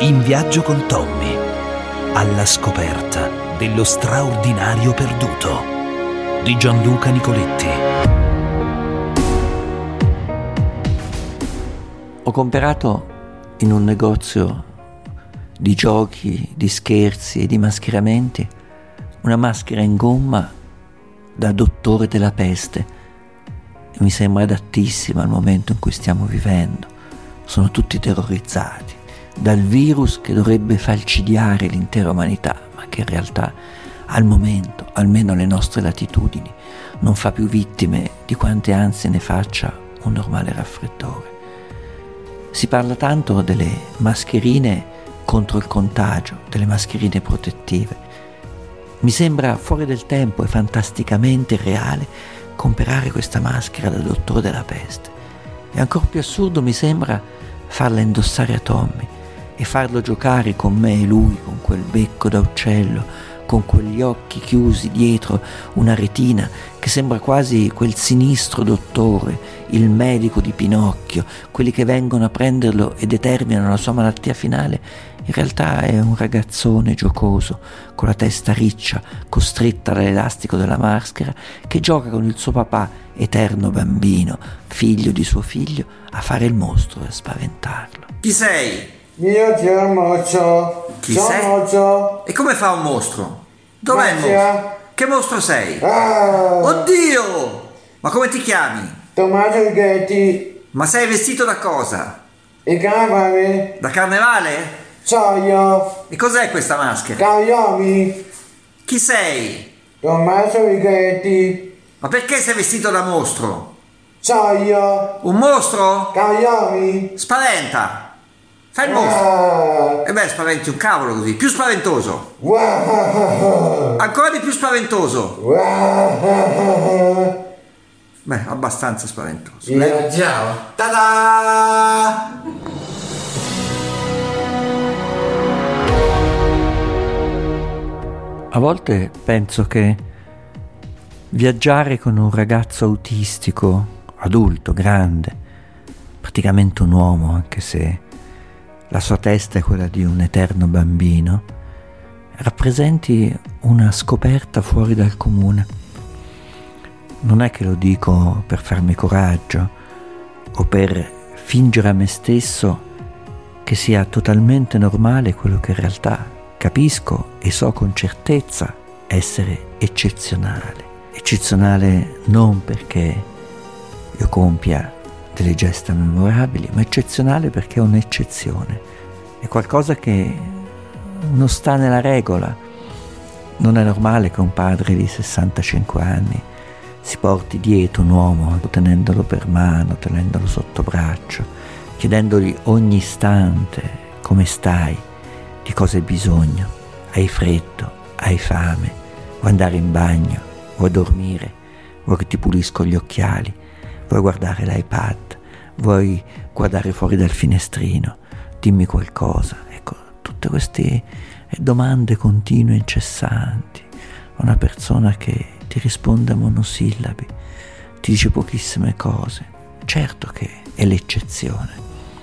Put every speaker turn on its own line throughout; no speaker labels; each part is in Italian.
In viaggio con Tommy, alla scoperta dello straordinario perduto di Gianluca Nicoletti.
Ho comprato in un negozio di giochi, di scherzi e di mascheramenti una maschera in gomma da dottore della peste e mi sembra adattissima al momento in cui stiamo vivendo. Sono tutti terrorizzati dal virus che dovrebbe falcidiare l'intera umanità, ma che in realtà al momento, almeno alle nostre latitudini, non fa più vittime di quante anzi ne faccia un normale raffreddore. Si parla tanto delle mascherine contro il contagio, delle mascherine protettive. Mi sembra fuori del tempo e fantasticamente reale comprare questa maschera da dottore della peste. E ancora più assurdo mi sembra farla indossare a Tommy e farlo giocare con me e lui, con quel becco da uccello, con quegli occhi chiusi dietro una retina che sembra quasi quel sinistro dottore, il medico di Pinocchio, quelli che vengono a prenderlo e determinano la sua malattia finale. In realtà è un ragazzone giocoso, con la testa riccia, costretta dall'elastico della maschera, che gioca con il suo papà, eterno bambino, figlio di suo figlio, a fare il mostro e a spaventarlo.
Chi sei?
Io ti ho mostro.
Chi sei?
Mostro.
E come fa un mostro? Dov'è il mostro? Che mostro sei?
Ah.
Oddio! Ma come ti chiami?
Tommaso Righetti.
Ma sei vestito da cosa?
Il carnevale.
Da carnevale?
So io.
E cos'è questa maschera?
Cagliomi.
Chi sei?
Tommaso Righetti.
Ma perché sei vestito da mostro?
So io.
Un mostro?
Cagliomi.
Spaventa! Fai il mostro! E beh, spaventi un cavolo così, più spaventoso! Ancora di più spaventoso! Beh, abbastanza spaventoso.
Ciao! Ta-da!
A volte penso che viaggiare con un ragazzo autistico, adulto, grande, praticamente un uomo, anche se la sua testa è quella di un eterno bambino, rappresenti una scoperta fuori dal comune. Non è che lo dico per farmi coraggio o per fingere a me stesso che sia totalmente normale quello che in realtà capisco e so con certezza essere eccezionale. Eccezionale non perché io compia delle gesta memorabili, ma eccezionale perché è un'eccezione, è qualcosa che non sta nella regola. Non è normale che un padre di 65 anni si porti dietro un uomo, tenendolo per mano, tenendolo sotto braccio, chiedendogli ogni istante come stai, di cosa hai bisogno, hai freddo, hai fame, vuoi andare in bagno, vuoi dormire, vuoi che ti pulisco gli occhiali, vuoi guardare l'iPad, vuoi guardare fuori dal finestrino, dimmi qualcosa. Ecco, tutte queste domande continue e incessanti. Una persona che ti risponde a monosillabi, ti dice pochissime cose. Certo che è l'eccezione.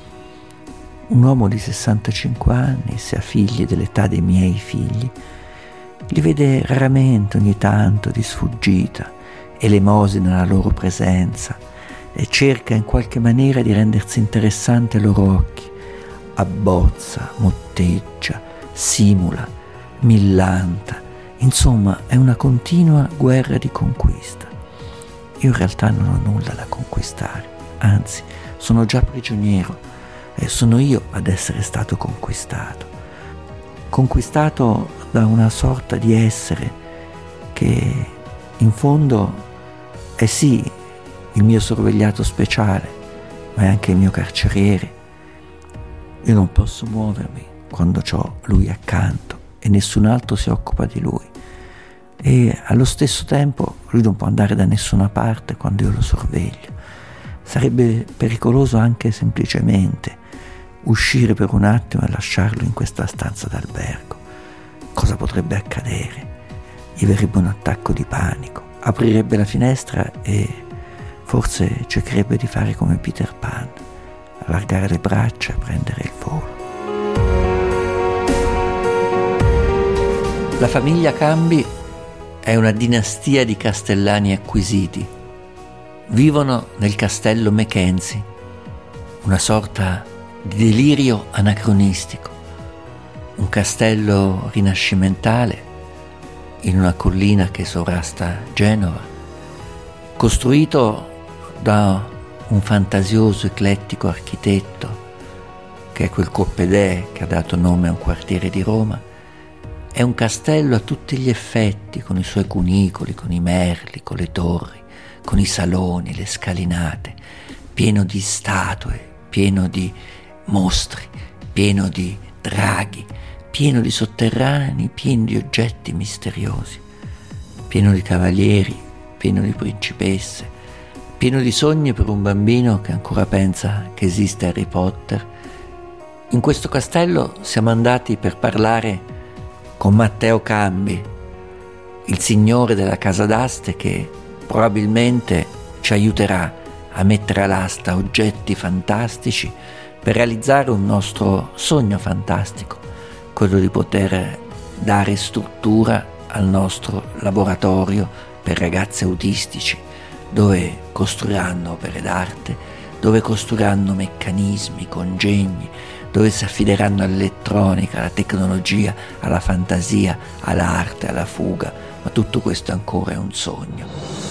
Un uomo di 65 anni, se ha figli dell'età dei miei figli, li vede raramente, ogni tanto, di sfuggita, elemosina nella loro presenza, e cerca in qualche maniera di rendersi interessante ai loro occhi. Abbozza, motteggia, simula, millanta. Insomma, è una continua guerra di conquista. Io in realtà non ho nulla da conquistare, anzi, sono già prigioniero e sono io ad essere stato conquistato da una sorta di essere che in fondo è sì il mio sorvegliato speciale, ma è anche il mio carceriere. Io non posso muovermi quando c'ho lui accanto e nessun altro si occupa di lui, e allo stesso tempo lui non può andare da nessuna parte quando io lo sorveglio. Sarebbe pericoloso anche semplicemente uscire per un attimo e lasciarlo in questa stanza d'albergo. Cosa potrebbe accadere? Gli verrebbe un attacco di panico, aprirebbe la finestra e forse cercherebbe di fare come Peter Pan, allargare le braccia e prendere il volo. La famiglia Cambi è una dinastia di castellani acquisiti. Vivono nel castello Mackenzie, una sorta di delirio anacronistico, un castello rinascimentale in una collina che sovrasta Genova, costruito da un fantasioso eclettico architetto che è quel Coppedè che ha dato nome a un quartiere di Roma. È un castello a tutti gli effetti, con i suoi cunicoli, con i merli, con le torri, con i saloni, le scalinate, pieno di statue, pieno di mostri, pieno di draghi, pieno di sotterranei, pieno di oggetti misteriosi, pieno di cavalieri, pieno di principesse, pieno di sogni per un bambino che ancora pensa che esiste Harry Potter. In questo castello siamo andati per parlare con Matteo Cambi, il signore della casa d'aste che probabilmente ci aiuterà a mettere all'asta oggetti fantastici per realizzare un nostro sogno fantastico, quello di poter dare struttura al nostro laboratorio per ragazzi autistici, dove costruiranno opere d'arte, dove costruiranno meccanismi, congegni, dove si affideranno all'elettronica, alla tecnologia, alla fantasia, all'arte, alla fuga, ma tutto questo ancora è un sogno.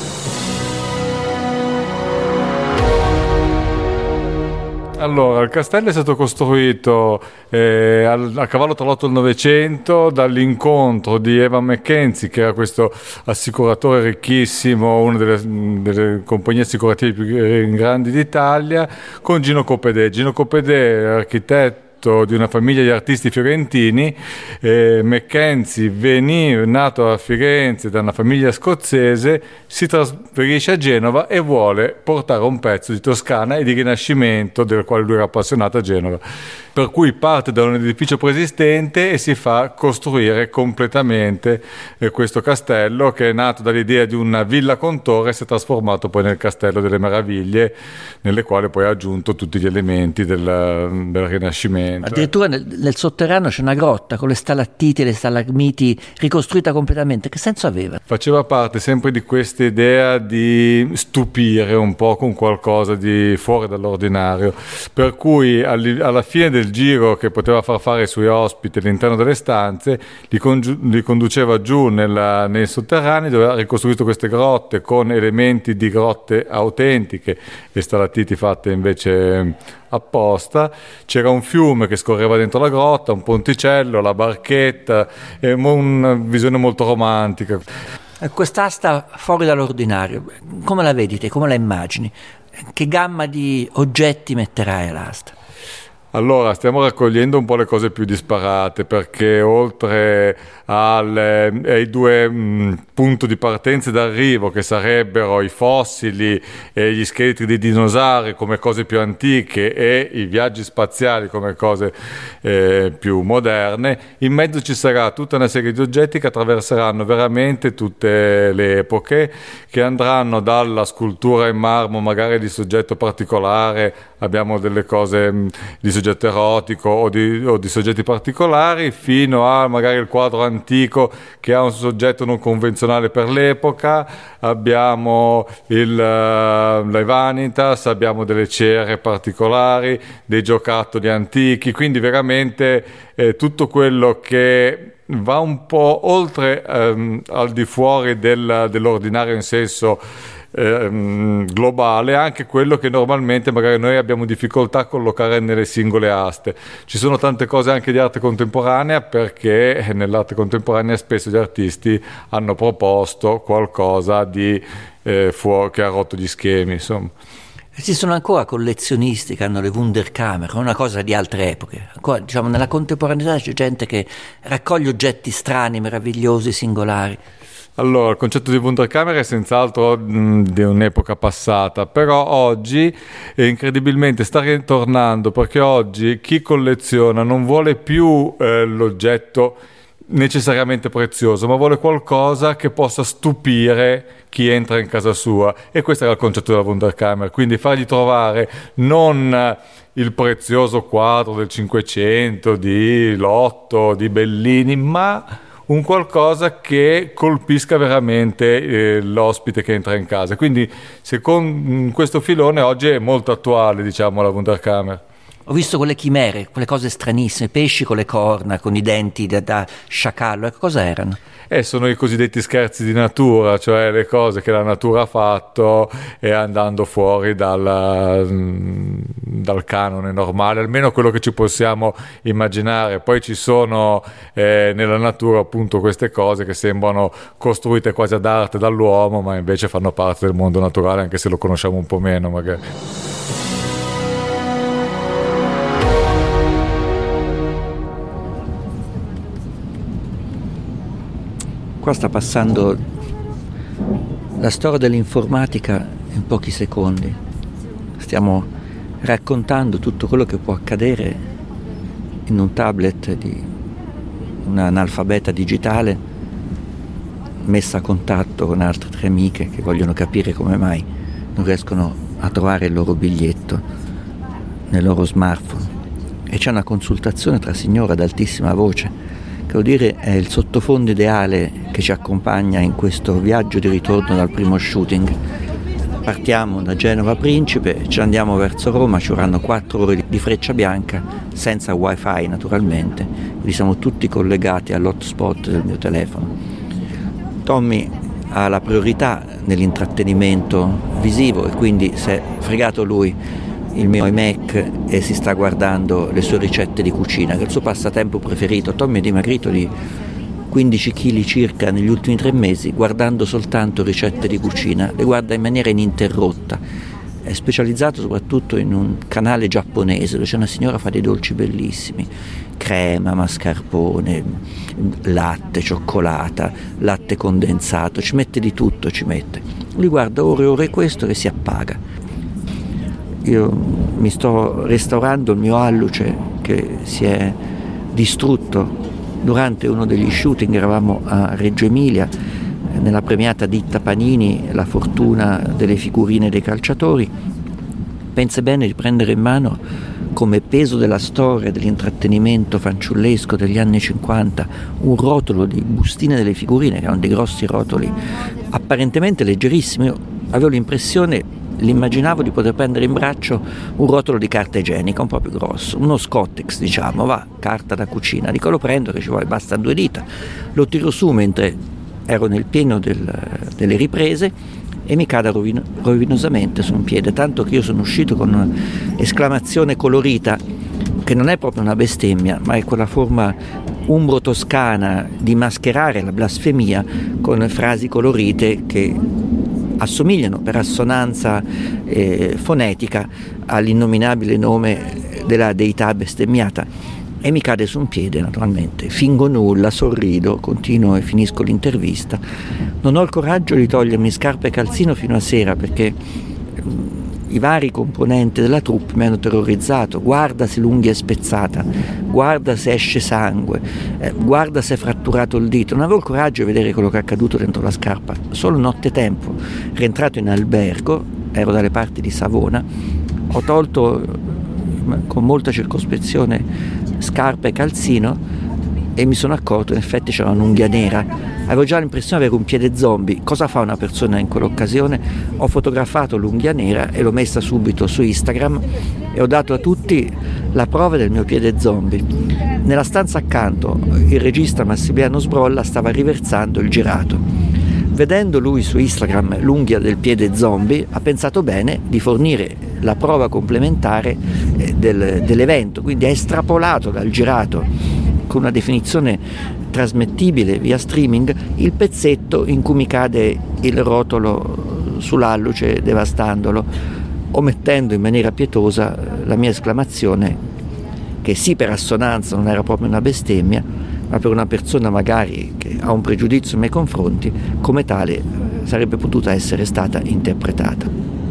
Allora, il castello è stato costruito a cavallo tra l'8 e il 900 dall'incontro di Evan Mackenzie, che era questo assicuratore ricchissimo, una delle compagnie assicurative più grandi d'Italia, con Gino Coppedè. Gino Coppedè, architetto di una famiglia di artisti fiorentini. Mackenzie, nato a Firenze da una famiglia scozzese, si trasferisce a Genova e vuole portare un pezzo di Toscana e di Rinascimento del quale lui era appassionato a Genova, per cui parte da un edificio preesistente e si fa costruire completamente questo castello, che è nato dall'idea di una villa con torre e si è trasformato poi nel Castello delle Meraviglie, nelle quali poi ha aggiunto tutti gli elementi del Rinascimento.
Addirittura nel sotterraneo c'è una grotta con le stalattiti e le stalagmiti ricostruita completamente. Che senso aveva?
Faceva parte sempre di questa idea di stupire un po' con qualcosa di fuori dall'ordinario, per cui alla fine del giro che poteva far fare ai suoi ospiti all'interno delle stanze li conduceva giù nei sotterranei, dove ha ricostruito queste grotte con elementi di grotte autentiche e stalattiti fatte invece apposta. C'era un fiume che scorreva dentro la grotta, un ponticello, la barchetta, e una visione molto romantica.
Quest'asta fuori dall'ordinario, come la vedi te, come la immagini? Che gamma di oggetti metterai all'asta?
Allora, stiamo raccogliendo un po' le cose più disparate, perché oltre ai due punti di partenza e d'arrivo, che sarebbero i fossili e gli scheletri di dinosauri come cose più antiche e i viaggi spaziali come cose più moderne, in mezzo ci sarà tutta una serie di oggetti che attraverseranno veramente tutte le epoche, che andranno dalla scultura in marmo magari di soggetto particolare, abbiamo delle cose di soggetto erotico o di soggetti particolari, fino a magari il quadro antico che ha un soggetto non convenzionale per l'epoca, abbiamo le vanitas, abbiamo delle cere particolari, dei giocattoli antichi, quindi veramente tutto quello che va un po' oltre al di fuori dell'ordinario in senso globale, anche quello che normalmente magari noi abbiamo difficoltà a collocare nelle singole aste. Ci sono tante cose anche di arte contemporanea, perché nell'arte contemporanea spesso gli artisti hanno proposto qualcosa di che ha rotto gli schemi, insomma.
Esistono ancora collezionisti che hanno le Wunderkammer, una cosa di altre epoche. Ancora, diciamo, nella contemporaneità c'è gente che raccoglie oggetti strani, meravigliosi, singolari.
Allora, il concetto di Wunderkammer è senz'altro di un'epoca passata, però oggi incredibilmente sta ritornando, perché oggi chi colleziona non vuole più l'oggetto necessariamente prezioso, ma vuole qualcosa che possa stupire chi entra in casa sua, e questo era il concetto della Wunderkammer, quindi fargli trovare non il prezioso quadro del 500 di Lotto, di Bellini, ma un qualcosa che colpisca veramente l'ospite che entra in casa. Quindi secondo questo filone oggi è molto attuale, diciamo, la Wunderkammer.
Ho visto quelle chimere, quelle cose stranissime, pesci con le corna, con i denti da sciacallo, ecco, cosa erano?
Sono i cosiddetti scherzi di natura, cioè le cose che la natura ha fatto e andando fuori dal canone normale, almeno quello che ci possiamo immaginare. Poi ci sono nella natura appunto queste cose che sembrano costruite quasi ad arte dall'uomo, ma invece fanno parte del mondo naturale, anche se lo conosciamo un po' meno magari.
Qua sta passando la storia dell'informatica in pochi secondi. Stiamo raccontando tutto quello che può accadere in un tablet di una analfabeta digitale messa a contatto con altre 3 amiche che vogliono capire come mai non riescono a trovare il loro biglietto nel loro smartphone. E c'è una consultazione tra signore ad altissima voce. Devo dire, è il sottofondo ideale che ci accompagna in questo viaggio di ritorno dal primo shooting. Partiamo da Genova Principe, ci andiamo verso Roma, ci vorranno 4 ore di Freccia Bianca, senza wifi naturalmente, quindi siamo tutti collegati all'hotspot del mio telefono. Tommy ha la priorità nell'intrattenimento visivo e quindi si è fregato lui il mio iMac e si sta guardando le sue ricette di cucina, che è il suo passatempo preferito. Tommy è dimagrito di 15 kg circa negli ultimi 3 mesi guardando soltanto ricette di cucina, le guarda in maniera ininterrotta. È specializzato soprattutto in un canale giapponese dove c'è una signora che fa dei dolci bellissimi, crema, mascarpone, latte, cioccolata, latte condensato, ci mette di tutto, lui guarda ore e ore questo che si appaga. Io mi sto restaurando il mio alluce che si è distrutto durante uno degli shooting. Eravamo a Reggio Emilia nella premiata ditta Panini, la fortuna delle figurine dei calciatori. Pensa bene di prendere in mano come peso della storia dell'intrattenimento fanciullesco degli anni 50 un rotolo di bustine delle figurine, che erano dei grossi rotoli apparentemente leggerissimi. Io avevo l'immaginavo di poter prendere in braccio un rotolo di carta igienica un po' più grosso, uno Scottex diciamo, carta da cucina. Dico, lo prendo, che ci vuole, bastano 2 dita, lo tiro su mentre ero nel pieno delle riprese e mi cade rovinosamente su un piede, tanto che io sono uscito con un'esclamazione colorita che non è proprio una bestemmia, ma è quella forma umbro-toscana di mascherare la blasfemia con frasi colorite che assomigliano per assonanza fonetica all'innominabile nome della deità bestemmiata, e mi cade su un piede naturalmente. Fingo nulla, sorrido, continuo e finisco l'intervista. Non ho il coraggio di togliermi scarpe e calzino fino a sera perché i vari componenti della troupe mi hanno terrorizzato. Guarda se l'unghia è spezzata, guarda se esce sangue, guarda se è fratturato il dito. Non avevo il coraggio di vedere quello che è accaduto dentro la scarpa. Solo nottetempo, rientrato in albergo, ero dalle parti di Savona, ho tolto con molta circospezione scarpa e calzino e mi sono accorto in effetti c'era un'unghia nera. Avevo già l'impressione di avere un piede zombie. Cosa fa una persona in quell'occasione? Ho fotografato l'unghia nera e l'ho messa subito su Instagram e ho dato a tutti la prova del mio piede zombie. Nella stanza accanto il regista Massimiliano Sbrolla stava riversando il girato. Vedendo lui su Instagram l'unghia del piede zombie, ha pensato bene di fornire la prova complementare dell'evento, quindi ha estrapolato dal girato con una definizione trasmettibile via streaming il pezzetto in cui mi cade il rotolo sull'alluce devastandolo, omettendo in maniera pietosa la mia esclamazione che sì, per assonanza non era proprio una bestemmia, ma per una persona magari che ha un pregiudizio nei miei confronti, come tale sarebbe potuta essere stata interpretata.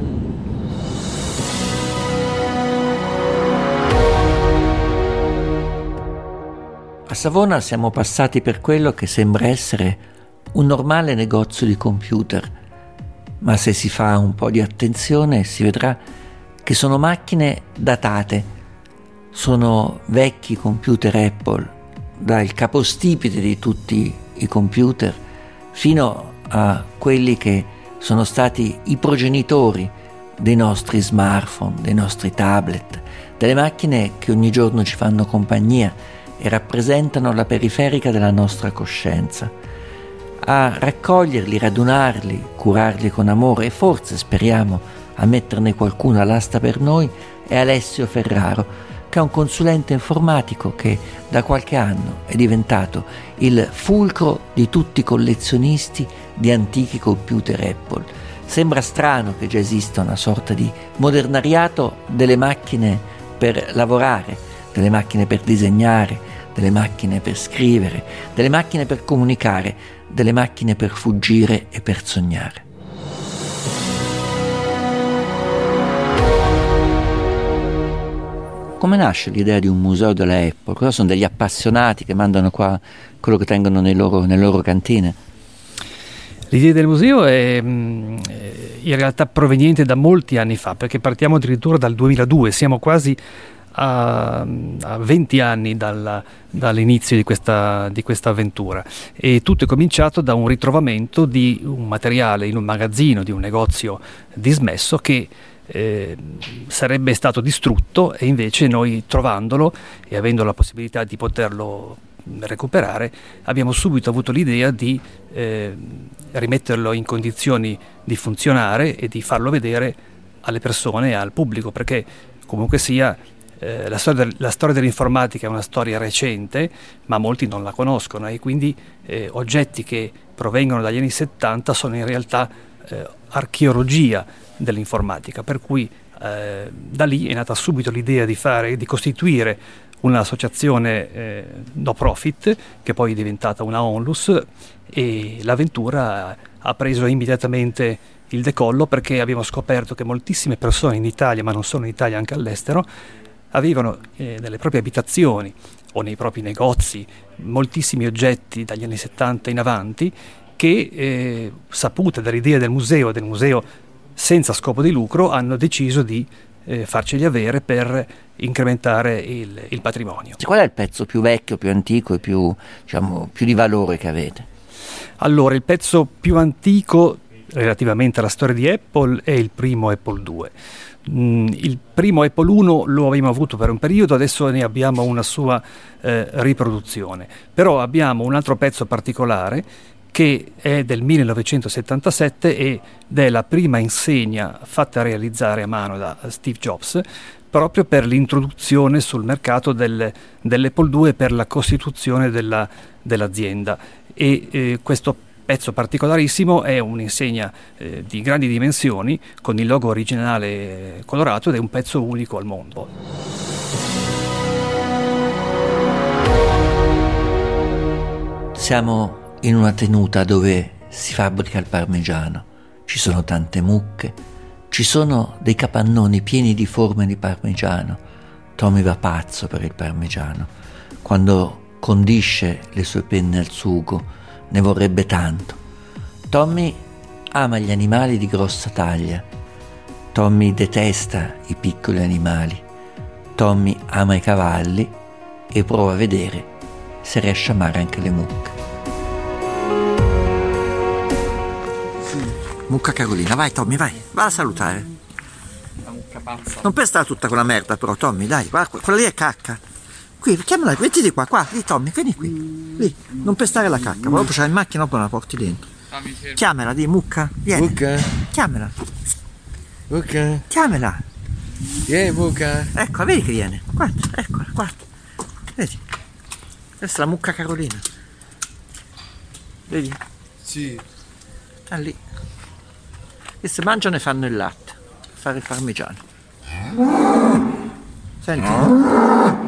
A Savona siamo passati per quello che sembra essere un normale negozio di computer, ma se si fa un po' di attenzione si vedrà che sono macchine datate, sono vecchi computer Apple, dal capostipite di tutti i computer, fino a quelli che sono stati i progenitori dei nostri smartphone, dei nostri tablet, delle macchine che ogni giorno ci fanno compagnia e rappresentano la periferica della nostra coscienza. A raccoglierli, radunarli, curarli con amore e forse, speriamo, a metterne qualcuno all'asta per noi è Alessio Ferraro, che è un consulente informatico che da qualche anno è diventato il fulcro di tutti i collezionisti di antichi computer Apple. Sembra strano che già esista una sorta di modernariato delle macchine per lavorare, delle macchine per disegnare, delle macchine per scrivere, delle macchine per comunicare, delle macchine per fuggire e per sognare. Come nasce l'idea di un museo della Apple? Cosa sono degli appassionati che mandano qua quello che tengono nelle loro cantine?
L'idea del museo è in realtà proveniente da molti anni fa, perché partiamo addirittura dal 2002, siamo quasi a 20 anni dall'inizio di questa avventura, e tutto è cominciato da un ritrovamento di un materiale in un magazzino di un negozio dismesso che sarebbe stato distrutto, e invece noi, trovandolo e avendo la possibilità di poterlo recuperare, abbiamo subito avuto l'idea di rimetterlo in condizioni di funzionare e di farlo vedere alle persone e al pubblico, perché comunque sia la storia dell'informatica è una storia recente, ma molti non la conoscono, e quindi oggetti che provengono dagli anni 70 sono in realtà archeologia dell'informatica, per cui da lì è nata subito l'idea di costituire un'associazione no profit, che poi è diventata una onlus, e l'avventura ha preso immediatamente il decollo, perché abbiamo scoperto che moltissime persone in Italia, ma non solo in Italia, anche all'estero, avevano nelle proprie abitazioni o nei propri negozi moltissimi oggetti dagli anni 70 in avanti che, sapute dall'idea del museo senza scopo di lucro, hanno deciso di farceli avere per incrementare il patrimonio.
Qual è il pezzo più vecchio, più antico e più di valore che avete?
Allora, il pezzo più antico relativamente alla storia di Apple è il primo Apple II. Il primo Apple I lo abbiamo avuto per un periodo, adesso ne abbiamo una sua riproduzione, però abbiamo un altro pezzo particolare che è del 1977 ed è la prima insegna fatta realizzare a mano da Steve Jobs, proprio per l'introduzione sul mercato dell'Apple II e per la costituzione dell'azienda. E questo pezzo particolarissimo è un'insegna di grandi dimensioni con il logo originale colorato, ed è un pezzo unico al mondo.
Siamo in una tenuta dove si fabbrica il parmigiano, ci sono tante mucche, ci sono dei capannoni pieni di forme di parmigiano. Tommy va pazzo per il parmigiano. Quando condisce le sue penne al sugo ne vorrebbe tanto. Tommy ama gli animali di grossa taglia. Tommy detesta i piccoli animali. Tommy ama i cavalli e prova a vedere se riesce a amare anche le mucche.
Mucca Carolina, vai Tommy, vai a salutare.
La mucca pazza.
Non pestare tutta quella merda però, Tommy, dai, guarda, quella lì è cacca. Qui, chiamala, mettiti qua, lì Tommy, vieni qui. Lì, non pestare la cacca, poi dopo c'hai in macchina, dopo la porti dentro. Chiamala, di mucca, vieni.
Mucca,
Chiamala,
mucca,
chiamala.
vieni mucca.
Ecco, vedi che viene. Guarda, eccola, guarda. Vedi? Questa è la mucca Carolina. Vedi?
Sì.
Sta lì. E se mangiano e fanno il latte per fare il parmigiano. Senti?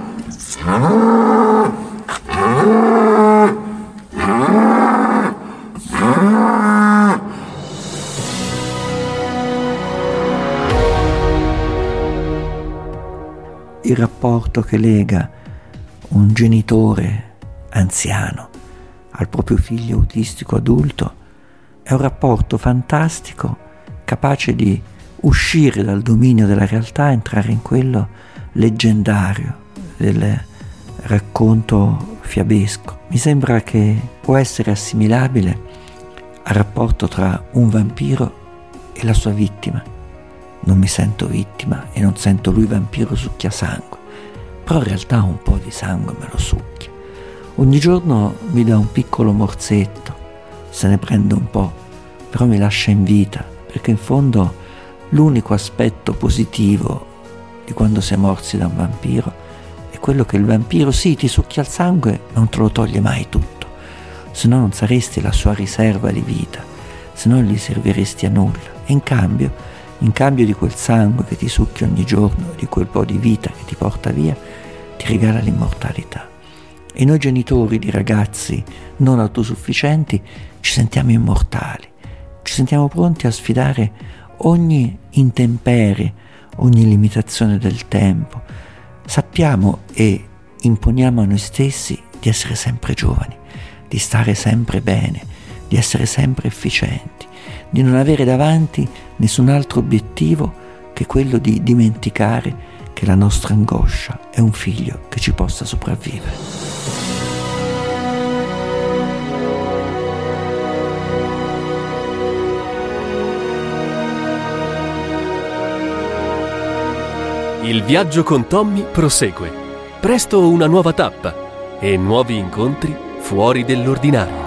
Il rapporto che lega un genitore anziano al proprio figlio autistico adulto è un rapporto fantastico, capace di uscire dal dominio della realtà e entrare in quello leggendario del racconto fiabesco. Mi sembra che può essere assimilabile al rapporto tra un vampiro e la sua vittima. Non mi sento vittima e non sento lui vampiro succhia sangue, però in realtà un po' di sangue me lo succhia. Ogni giorno mi dà un piccolo morsetto, se ne prende un po', però mi lascia in vita, perché in fondo l'unico aspetto positivo di quando sei morsi da un vampiro è quello che il vampiro sì ti succhia il sangue, non te lo toglie mai tutto, se no non saresti la sua riserva di vita, se no gli serviresti a nulla. E in cambio di quel sangue che ti succhia ogni giorno, di quel po' di vita che ti porta via, ti regala l'immortalità. E noi genitori di ragazzi non autosufficienti ci sentiamo immortali, ci sentiamo pronti a sfidare ogni intemperie, ogni limitazione del tempo. Sappiamo e imponiamo a noi stessi di essere sempre giovani, di stare sempre bene, di essere sempre efficienti, di non avere davanti nessun altro obiettivo che quello di dimenticare che la nostra angoscia è un figlio che ci possa sopravvivere.
Il viaggio con Tommy prosegue. Presto una nuova tappa e nuovi incontri fuori dell'ordinario.